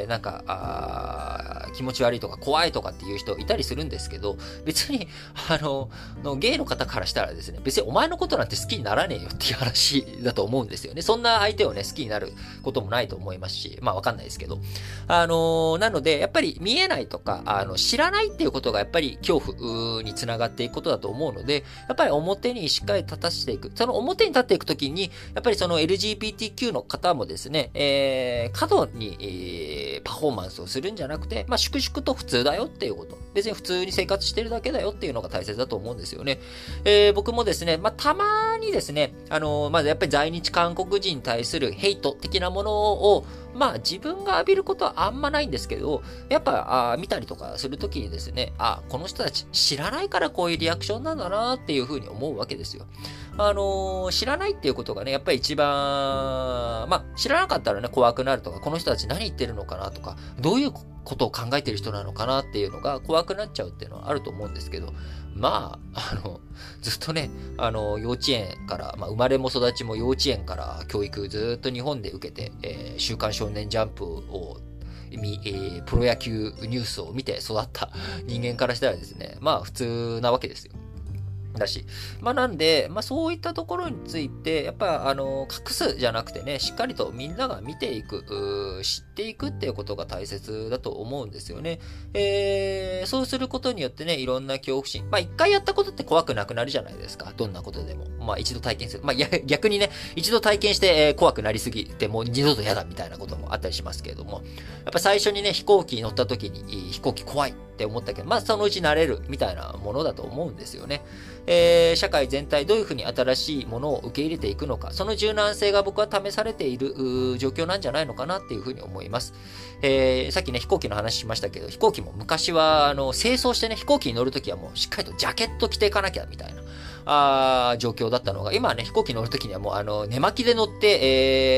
気持ち悪いとか怖いとかっていう人いたりするんですけど、別に、ゲイの方からしたらですね、別にお前のことなんて好きにならねえよっていう話だと思うんですよね。そんな相手をね、好きになることもないと思いますし、わかんないですけど。なので、やっぱり見えないとか、知らないっていうことがやっぱり恐怖、につながっていくことだと思うので、やっぱり表にしっかり立たせていく。その表に立っていくときに、やっぱりその LGBTQ の方もですね、過度に、パフォーマンスをするんじゃなくて、粛々と普通だよっていうこと。別に普通に生活してるだけだよっていうのが大切だと思うんですよね。僕もですね、たまにですね、まずやっぱり在日韓国人に対するヘイト的なものを、自分が浴びることはあんまないんですけど、やっぱ、見たりとかするときにですね、この人たち知らないからこういうリアクションなんだなっていうふうに思うわけですよ。知らないっていうことがね、やっぱり一番、知らなかったらね、怖くなるとか、この人たち何言ってるのかなとか、どういうことを考えてる人なのかなっていうのが怖くなっちゃうっていうのはあると思うんですけど、ずっとね、幼稚園から、生まれも育ちも幼稚園から教育ずっと日本で受けて、週刊少年ジャンプをプロ野球ニュースを見て育った人間からしたらですね、普通なわけですよ。だし。なんで、そういったところについて、やっぱ、隠すじゃなくてね、しっかりとみんなが見ていく、知っていくっていうことが大切だと思うんですよね。そうすることによってね、いろんな恐怖心。一回やったことって怖くなくなるじゃないですか。どんなことでも。一度体験する。逆にね、一度体験して、怖くなりすぎて、もう二度と嫌だみたいなこともあったりしますけれども、やっぱ最初にね、飛行機に乗った時に、飛行機怖いって思ったけど、そのうち慣れるみたいなものだと思うんですよね。社会全体どういうふうに新しいものを受け入れていくのか、その柔軟性が僕は試されている状況なんじゃないのかなっていうふうに思います。さっきね、飛行機の話しましたけど、飛行機も昔は、清掃してね、飛行機に乗るときはもうしっかりとジャケット着ていかなきゃみたいな、状況だったのが、今はね、飛行機乗るときにはもう寝巻きで乗って、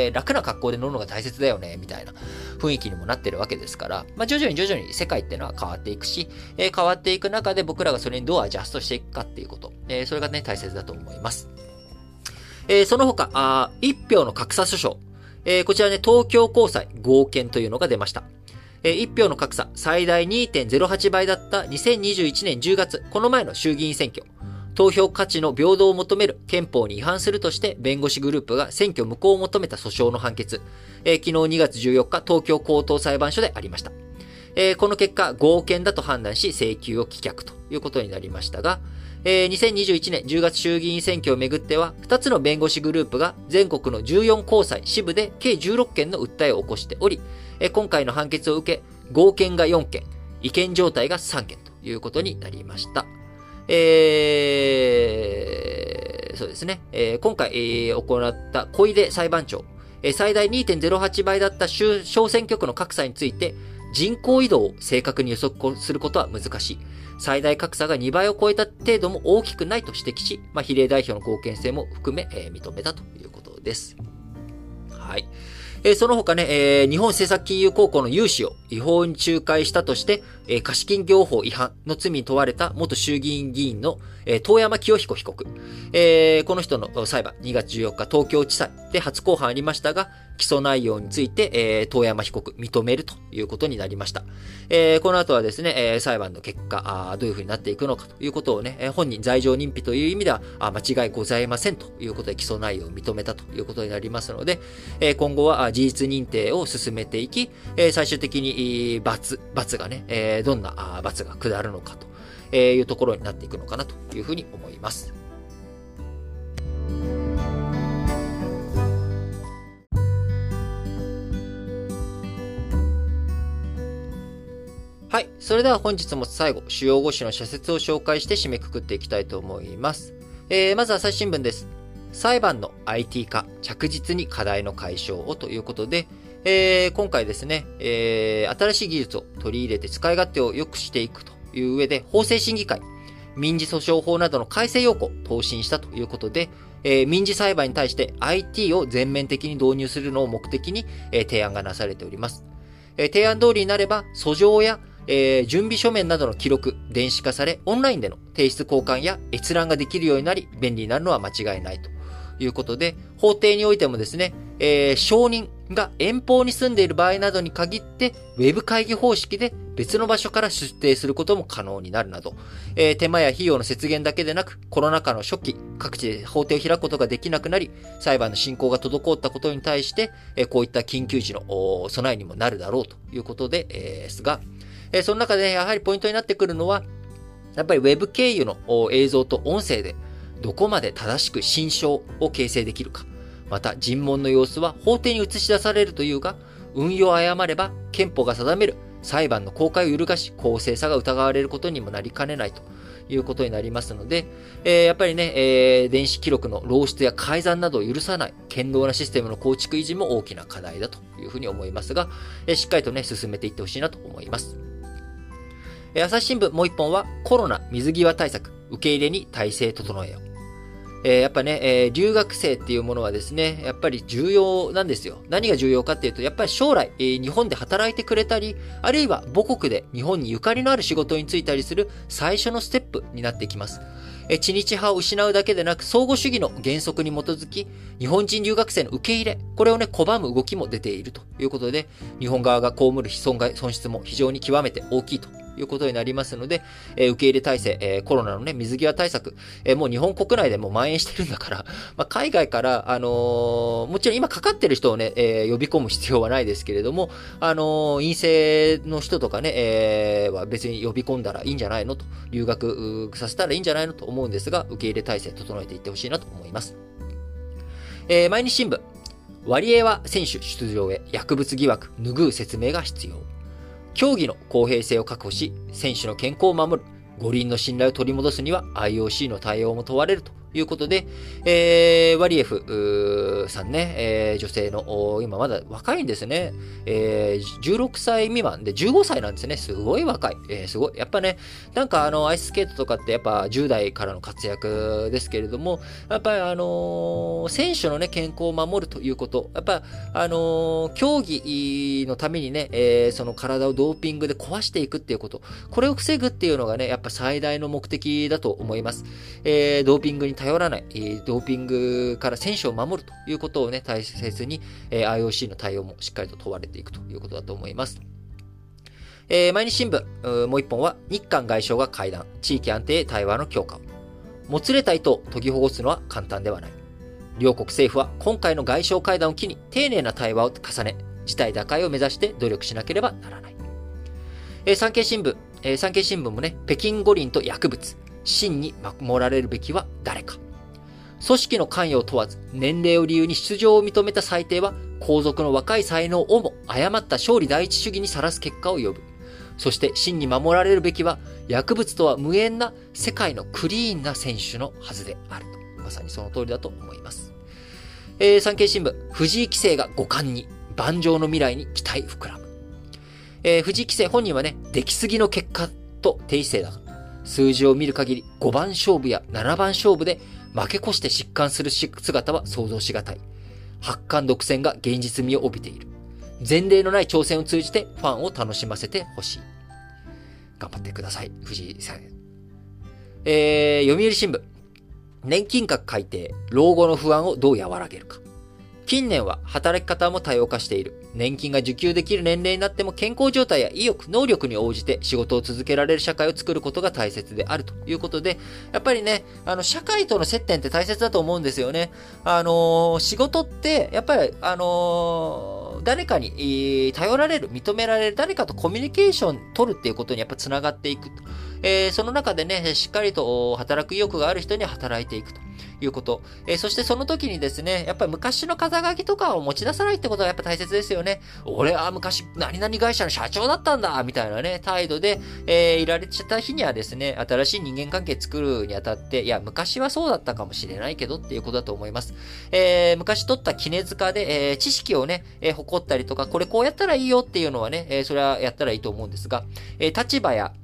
楽な格好で乗るのが大切だよね、みたいな雰囲気にもなってるわけですから、徐々に世界っていうのは変わっていくし、変わっていく中で僕らがそれにどうアジャストしていくかっていうこと、それがね、大切だと思います。その他、一票の格差訴訟。こちらね、東京高裁合憲というのが出ました。一票の格差、最大 2.08 倍だった2021年10月、この前の衆議院選挙。 投票価値の平等を求める憲法に違反するとして弁護士グループが選挙無効を求めた訴訟の判決、昨日2月14日東京高等裁判所でありました。この結果、合憲だと判断し請求を棄却ということになりましたが、2021年10月衆議院選挙をめぐっては、2つの弁護士グループが全国の14高裁支部で計16件の訴えを起こしており、今回の判決を受け、合憲が4件、違憲状態が3件ということになりました。そうですね。今回、行った小出裁判長、最大 2.08 倍だった小選挙区の格差について、人口移動を正確に予測することは難しい。最大格差が2倍を超えた程度も大きくないと指摘し、比例代表の合憲性も含め、認めたということです。はい。その他ね、日本政策金融高校の融資を違法に仲介したとして、貸金業法違反の罪に問われた元衆議院議員の、遠山清彦被告。この人の裁判、2月14日東京地裁で初公判ありましたが、起訴内容について、遠山被告認めるということになりました。この後はですね、裁判の結果、どういうふうになっていくのかということをね、本人罪状認否という意味では間違いございませんということで起訴内容を認めたということになりますので、今後は事実認定を進めていき、最終的に罰がね、どんな罰が下るのかというところになっていくのかなというふうに思います。はい。それでは本日も最後、主要5紙の社説を紹介して締めくくっていきたいと思います。まず朝日新聞です。裁判の IT 化、着実に課題の解消をということで、今回ですね、新しい技術を取り入れて使い勝手を良くしていくという上で、法制審議会、民事訴訟法などの改正要項を答申したということで、民事裁判に対して IT を全面的に導入するのを目的に、提案がなされております。提案通りになれば、訴状や準備書面などの記録、電子化され、オンラインでの提出交換や閲覧ができるようになり、便利になるのは間違いないということで、法廷においてもですね、証人が遠方に住んでいる場合などに限って、ウェブ会議方式で別の場所から出廷することも可能になるなど、手間や費用の節減だけでなく、コロナ禍の初期、各地で法廷を開くことができなくなり、裁判の進行が滞ったことに対して、こういった緊急時の備えにもなるだろうということですが、その中でやはりポイントになってくるのは、やっぱりウェブ経由の映像と音声でどこまで正しく心証を形成できるか。また尋問の様子は法廷に映し出されるというが、運用を誤れば憲法が定める裁判の公開を揺るがし、公正さが疑われることにもなりかねないということになりますので、やっぱりね、電子記録の漏出や改ざんなどを許さない堅牢なシステムの構築維持も大きな課題だというふうに思いますが、しっかりとね、進めていってほしいなと思います。朝日新聞もう一本はコロナ水際対策受け入れに体制整えよう。やっぱね、留学生っていうものはですね、やっぱり重要なんですよ。何が重要かっていうと、やっぱり将来、日本で働いてくれたり、あるいは母国で日本にゆかりのある仕事に就いたりする最初のステップになってきます。知日派を失うだけでなく、相互主義の原則に基づき、日本人留学生の受け入れ、これをね、拒む動きも出ているということで、日本側が被る損失も非常に極めて大きいということになりますので、受け入れ体制、コロナのね、水際対策、もう日本国内でも蔓延してるんだから、海外から、もちろん今かかってる人をね、呼び込む必要はないですけれども、陰性の人とかね、は別に呼び込んだらいいんじゃないのと、留学させたらいいんじゃないのと思うんですが、受け入れ体制整えていってほしいなと思います。毎日新聞、ワリエワ選手出場へ薬物疑惑拭う説明が必要。競技の公平性を確保し、選手の健康を守る、五輪の信頼を取り戻すには IOC の対応も問われるということで、ワリエフさんね、女性の、今まだ若いんですね。16歳未満で15歳なんですね。すごい若い。すごい。やっぱね、なんかアイススケートとかってやっぱ10代からの活躍ですけれども、やっぱり選手のね、健康を守るということ、やっぱ競技のためにね、その体をドーピングで壊していくっていうこと、これを防ぐっていうのがね、やっぱ最大の目的だと思います。ドーピングに頼らない、ドーピングから選手を守るということをね、大切に、IOC の対応もしっかりと問われていくということだと思います。毎日新聞、もう一本は日韓外相が会談、地域安定へ対話の強化を。 もつれた糸を研ぎほぐすのは簡単ではない。両国政府は今回の外相会談を機に丁寧な対話を重ね、事態打開を目指して努力しなければならない。産経新聞もね、北京五輪と薬物、真に守られるべきは誰か。組織の関与を問わず、年齢を理由に出場を認めた裁定は、皇族の若い才能をも誤った勝利第一主義にさらす結果を呼ぶ。そして真に守られるべきは、薬物とは無縁な世界のクリーンな選手のはずであると。まさにその通りだと思います。産経新聞、藤井棋聖が五冠に、盤上の未来に期待膨らむ。藤井棋聖本人はね、出来すぎの結果と低姿勢だが、数字を見る限り5番勝負や7番勝負で負け越して疾患する姿は想像しがたい。八冠独占が現実味を帯びている。前例のない挑戦を通じてファンを楽しませてほしい。頑張ってください、藤井さん。読売新聞。年金額改定、老後の不安をどう和らげるか。近年は働き方も多様化している。年金が受給できる年齢になっても健康状態や意欲、能力に応じて仕事を続けられる社会を作ることが大切であるということで、やっぱりね、社会との接点って大切だと思うんですよね。仕事って、やっぱり、誰かに頼られる、認められる、誰かとコミュニケーション取るっていうことにやっぱつながっていくと。その中でね、しっかりと働く意欲がある人に働いていくということ。そしてその時にですね、やっぱり昔の肩書きとかを持ち出さないってことがやっぱ大切ですよね。俺は昔何々会社の社長だったんだみたいなね、態度で、いられちゃった日にはですね、新しい人間関係作るにあたって、いや、昔はそうだったかもしれないけどっていうことだと思います。昔取った杵塚で、知識をね、誇ったりとか、これこうやったらいいよっていうのはね、それはやったらいいと思うんですが、立場や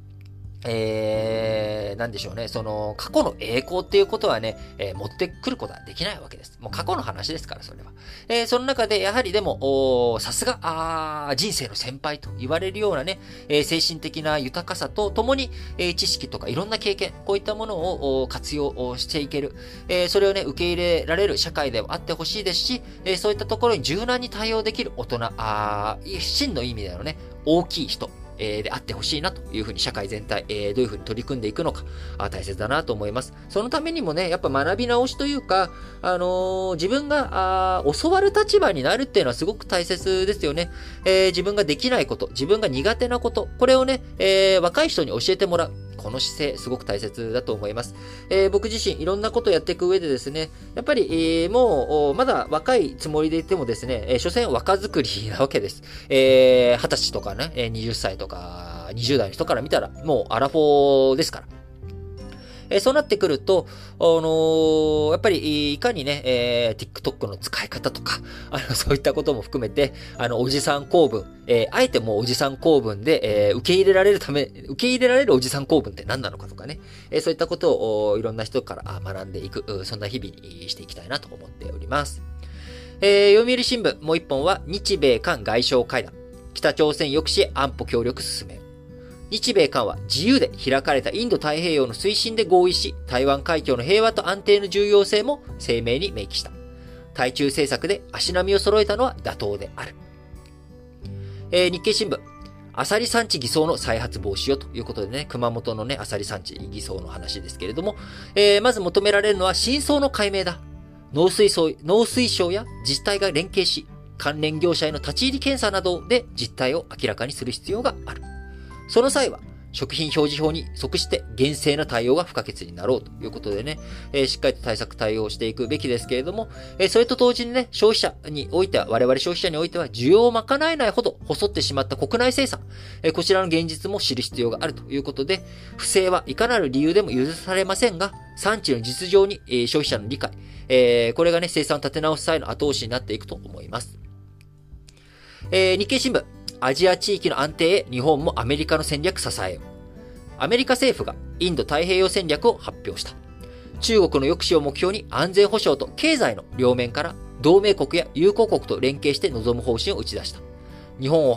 なんでしょうね。その、過去の栄光っていうことはね、持ってくることはできないわけです。もう過去の話ですから、それは。その中で、やはりでも、さすが、人生の先輩と言われるようなね、精神的な豊かさとともに、知識とかいろんな経験、こういったものを活用していける。それをね、受け入れられる社会ではあってほしいですし、そういったところに柔軟に対応できる大人、真の意味でのね、大きい人。であってほしいなというふうに社会全体、どういうふうに取り組んでいくのか、大切だなと思います。そのためにもね、やっぱ学び直しというか、自分が教わる立場になるっていうのはすごく大切ですよね。自分ができないこと、自分が苦手なこと、これをね、若い人に教えてもらう。この姿勢、すごく大切だと思います。僕自身、いろんなことをやっていく上でですね、やっぱり、もう、まだ若いつもりでいてもですね、所詮若作りなわけです。20歳とかね、20歳とか、20代の人から見たら、もうアラフォーですから。そうなってくると、やっぱり、いかにね、TikTok の使い方とか、そういったことも含めて、おじさん構文、あえてもうおじさん構文で、受け入れられるおじさん構文って何なのかとかね、そういったことをいろんな人から学んでいく、そんな日々にしていきたいなと思っております。読売新聞、もう一本は、日米韓外相会談。北朝鮮抑止へ安保協力進める。日米韓は自由で開かれたインド太平洋の推進で合意し、台湾海峡の平和と安定の重要性も声明に明記した。対中政策で足並みを揃えたのは妥当である。日経新聞、アサリ産地偽装の再発防止よということでね、熊本のね、アサリ産地偽装の話ですけれども、まず求められるのは真相の解明だ。農水省や自治体が連携し、関連業者への立ち入り検査などで実態を明らかにする必要がある。その際は、食品表示法に即して厳正な対応が不可欠になろうということでね、しっかりと対応していくべきですけれども、それと同時にね、消費者においては、我々消費者においては、需要を賄えないほど細ってしまった国内生産、こちらの現実も知る必要があるということで、不正はいかなる理由でも許されませんが、産地の実情に、消費者の理解、これがね、生産を立て直す際の後押しになっていくと思います。日経新聞、アジア地域の安定へ日本もアメリカの戦略支えよう。アメリカ政府がインド太平洋戦略を発表した。中国の抑止を目標に安全保障と経済の両面から同盟国や友好国と連携して臨む方針を打ち出した。日本は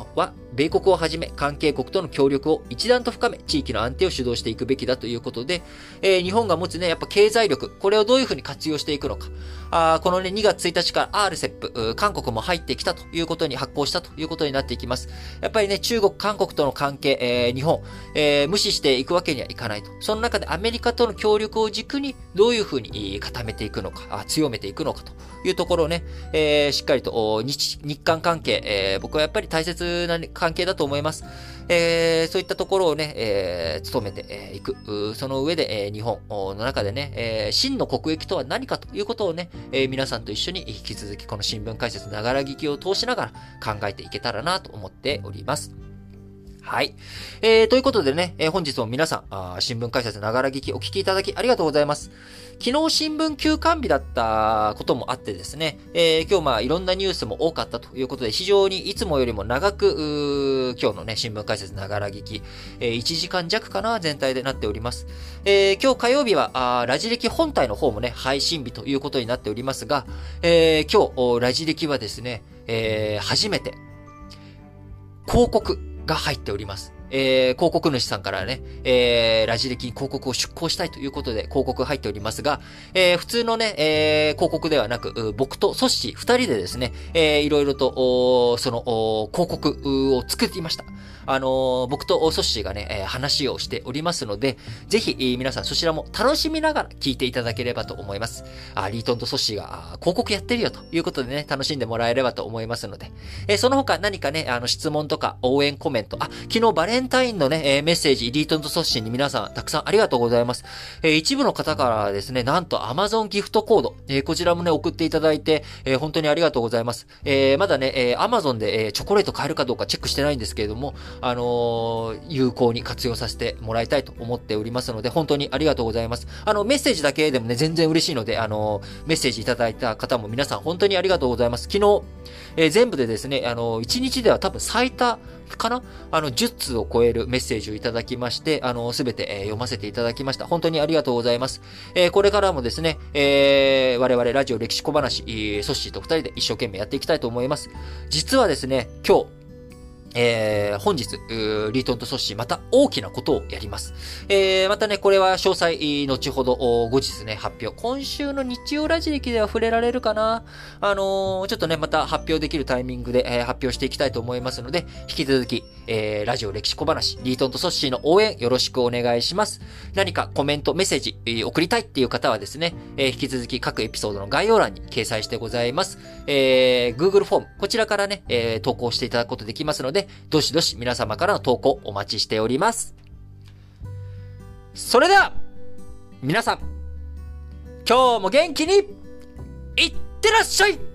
米国をはじめ関係国との協力を一段と深め、地域の安定を主導していくべきだということで、日本が持つね、やっぱ経済力、これをどういうふうに活用していくのか。このね、2月1日から RCEP、韓国も入ってきたということに、発行したということになっていきます。やっぱりね、中国、韓国との関係、日本、無視していくわけにはいかないと。その中でアメリカとの協力を軸に、どういうふうに固めていくのか、強めていくのかというところをね、しっかりと日韓関係、僕はやっぱり大切な関係だと思います。そういったところをね、努めていく。その上で、日本の中でね、真の国益とは何かということをね、皆さんと一緒に引き続きこの新聞解説ながら聞きを通しながら考えていけたらなと思っております。はい。ということでね、本日も皆さん、新聞解説ながら聞きお聞きいただきありがとうございます。昨日新聞休刊日だったこともあってですね、今日いろんなニュースも多かったということで、非常にいつもよりも長く、今日のね、新聞解説ながら聞き、1時間弱かな、全体でなっております。今日火曜日は、ラジ歴本体の方もね、配信日ということになっておりますが、今日、ラジ歴はですね、初めて、広告が入っております。広告主さんからね、ラジ歴に広告を出稿したいということで広告入っておりますが、普通のね、広告ではなく、僕とソッシー二人でですね、いろいろと、その、広告を作っていました。僕とソッシーがね、話をしておりますので、ぜひ、皆さんそちらも楽しみながら聞いていただければと思います。リートンとソッシーが広告やってるよということでね、楽しんでもらえればと思いますので、その他何かね、質問とか応援コメント、昨日バレンタインのね、メッセージ、リートンとソッシーに皆さんたくさんありがとうございます。一部の方からですね、なんと Amazon ギフトコード、こちらもね、送っていただいて、本当にありがとうございます。まだね、Amazon で、チョコレート買えるかどうかチェックしてないんですけれども、有効に活用させてもらいたいと思っておりますので、本当にありがとうございます。メッセージだけでもね、全然嬉しいので、メッセージいただいた方も皆さん本当にありがとうございます。昨日、全部でですね、1日では多分最多かな10通を超えるメッセージをいただきまして、すべて、読ませていただきました。本当にありがとうございます。これからもですね、我々ラジオ歴史小話、ソッシーと二人で一生懸命やっていきたいと思います。実はですね、今日、本日、リートンとソッシーまた大きなことをやります。またね、これは詳細、後ほど、後日ね、発表。今週の日曜ラジ歴では触れられるかな。ちょっとね、また発表できるタイミングで、発表していきたいと思いますので、引き続き、ラジオ歴史小話、リートンとソッシーの応援よろしくお願いします。何かコメント、メッセージ、送りたいっていう方はですね、引き続き各エピソードの概要欄に掲載してございます。Google フォーム、こちらからね、投稿していただくことできますので、どしどし皆様からの投稿お待ちしております。それでは、皆さん、今日も元気に、いってらっしゃい。